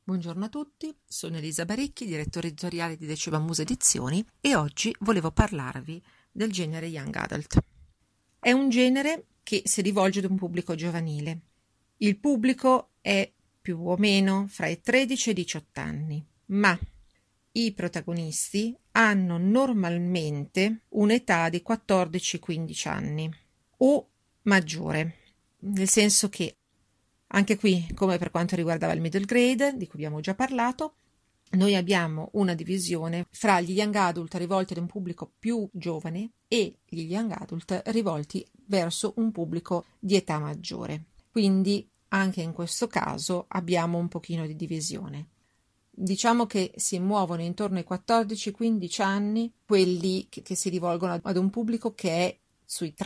Buongiorno a tutti, sono Elisa Baricchi, direttore editoriale di Decima Musa Edizioni e oggi volevo parlarvi del genere Young Adult. È un genere che si rivolge ad un pubblico giovanile. Il pubblico è più o meno fra i 13 e i 18 anni, ma i protagonisti hanno normalmente un'età di 14-15 anni o maggiore, nel senso che anche qui, come per quanto riguardava il middle grade, di cui abbiamo già parlato, noi abbiamo una divisione fra gli young adult rivolti ad un pubblico più giovane e gli young adult rivolti verso un pubblico di età maggiore. Quindi anche in questo caso abbiamo un pochino di divisione. Diciamo che si muovono intorno ai 14-15 anni quelli che si rivolgono ad un pubblico che è sui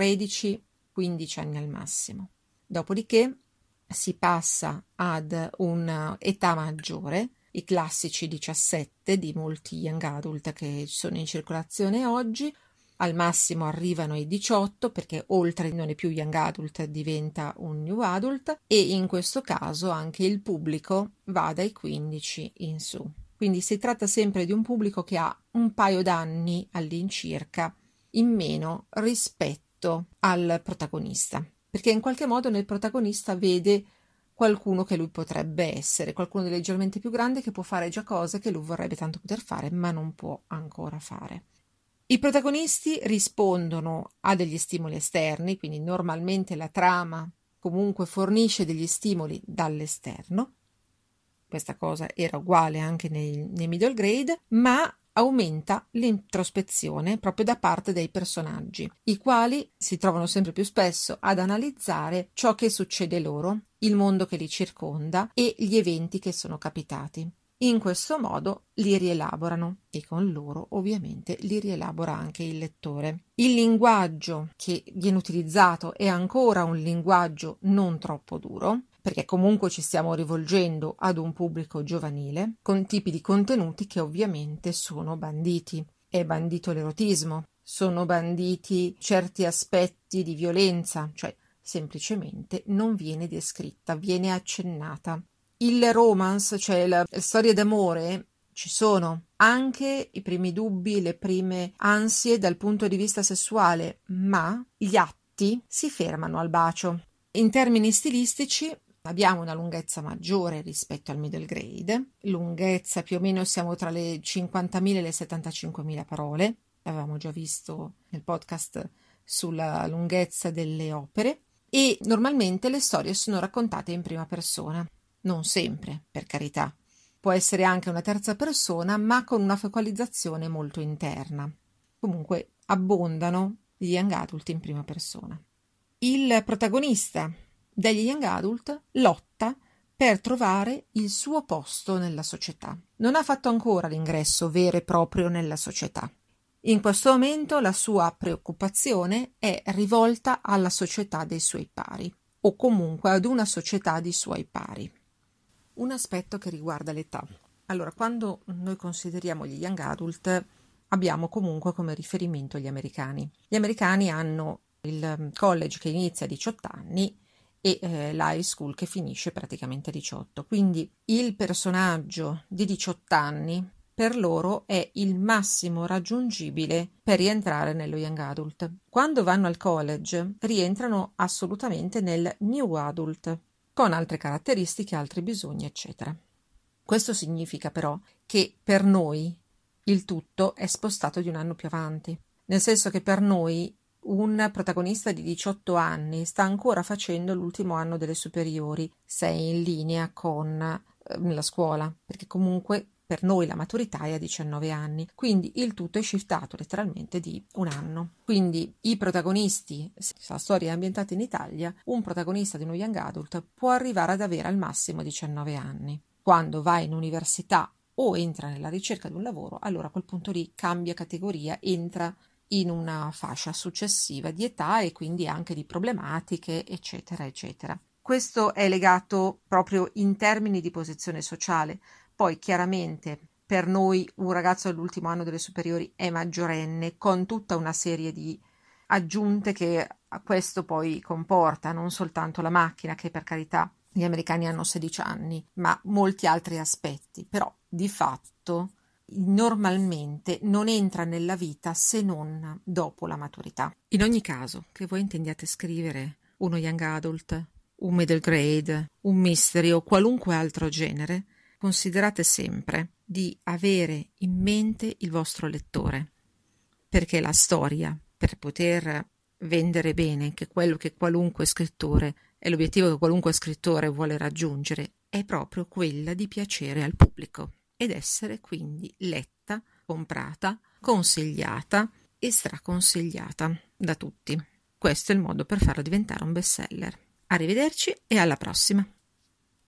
13-15 anni al massimo. Dopodiché si passa ad un'età maggiore, i classici 17 di molti young adult che sono in circolazione oggi, al massimo arrivano ai 18 perché oltre non è più young adult, diventa un new adult e in questo caso anche il pubblico va dai 15 in su. Quindi si tratta sempre di un pubblico che ha un paio d'anni all'incirca in meno rispetto al protagonista, perché in qualche modo nel protagonista vede qualcuno che lui potrebbe essere, qualcuno di leggermente più grande che può fare già cose che lui vorrebbe tanto poter fare, ma non può ancora fare. I protagonisti rispondono a degli stimoli esterni, quindi normalmente la trama comunque fornisce degli stimoli dall'esterno. Questa cosa era uguale anche nei middle grade, ma aumenta l'introspezione proprio da parte dei personaggi, i quali si trovano sempre più spesso ad analizzare ciò che succede loro, il mondo che li circonda e gli eventi che sono capitati. In questo modo li rielaborano e con loro ovviamente li rielabora anche il lettore. Il linguaggio che viene utilizzato è ancora un linguaggio non troppo duro, perché comunque ci stiamo rivolgendo ad un pubblico giovanile, con tipi di contenuti che ovviamente sono banditi. È bandito l'erotismo, sono banditi certi aspetti di violenza, cioè semplicemente non viene descritta, viene accennata. Il romance, cioè la storia d'amore, ci sono anche i primi dubbi, le prime ansie dal punto di vista sessuale, ma gli atti si fermano al bacio. In termini stilistici abbiamo una lunghezza maggiore rispetto al middle grade, lunghezza più o meno siamo tra le 50.000 e le 75.000 parole, l'avevamo già visto nel podcast sulla lunghezza delle opere, e normalmente le storie sono raccontate in prima persona, non sempre, per carità. Può essere anche una terza persona, ma con una focalizzazione molto interna. Comunque abbondano gli young adult in prima persona. Il protagonista degli young adult lotta per trovare il suo posto nella società. Non ha fatto ancora l'ingresso vero e proprio nella società. In questo momento la sua preoccupazione è rivolta alla società dei suoi pari, o comunque ad una società di suoi pari. Un aspetto che riguarda l'età. Allora, quando noi consideriamo gli young adult, abbiamo comunque come riferimento gli americani. Gli americani hanno il college che inizia a 18 anni e l'high school che finisce praticamente a 18. Quindi il personaggio di 18 anni per loro è il massimo raggiungibile per rientrare nello young adult. Quando vanno al college rientrano assolutamente nel new adult, con altre caratteristiche, altri bisogni, eccetera. Questo significa però che per noi il tutto è spostato di un anno più avanti, nel senso che per noi un protagonista di 18 anni sta ancora facendo l'ultimo anno delle superiori, se è in linea con la scuola, perché comunque per noi la maturità è a 19 anni, quindi il tutto è shiftato letteralmente di un anno. Quindi i protagonisti, se la storia è ambientata in Italia, un protagonista di uno young adult può arrivare ad avere al massimo 19 anni. Quando va in università o entra nella ricerca di un lavoro, allora a quel punto lì cambia categoria, entra in una fascia successiva di età e quindi anche di problematiche, eccetera, eccetera. Questo è legato proprio in termini di posizione sociale. Poi chiaramente per noi un ragazzo all'ultimo anno delle superiori è maggiorenne, con tutta una serie di aggiunte che questo poi comporta, non soltanto la macchina, che per carità gli americani hanno 16 anni, ma molti altri aspetti, però di fatto normalmente non entra nella vita se non dopo la maturità. In ogni caso, che voi intendiate scrivere uno young adult, un middle grade, un mystery o qualunque altro genere, considerate sempre di avere in mente il vostro lettore, perché la storia, per poter vendere bene, che quello che qualunque scrittore è l'obiettivo che qualunque scrittore vuole raggiungere, è proprio quella di piacere al pubblico ed essere quindi letta, comprata, consigliata e straconsigliata da tutti. Questo è il modo per farlo diventare un bestseller. Arrivederci e alla prossima!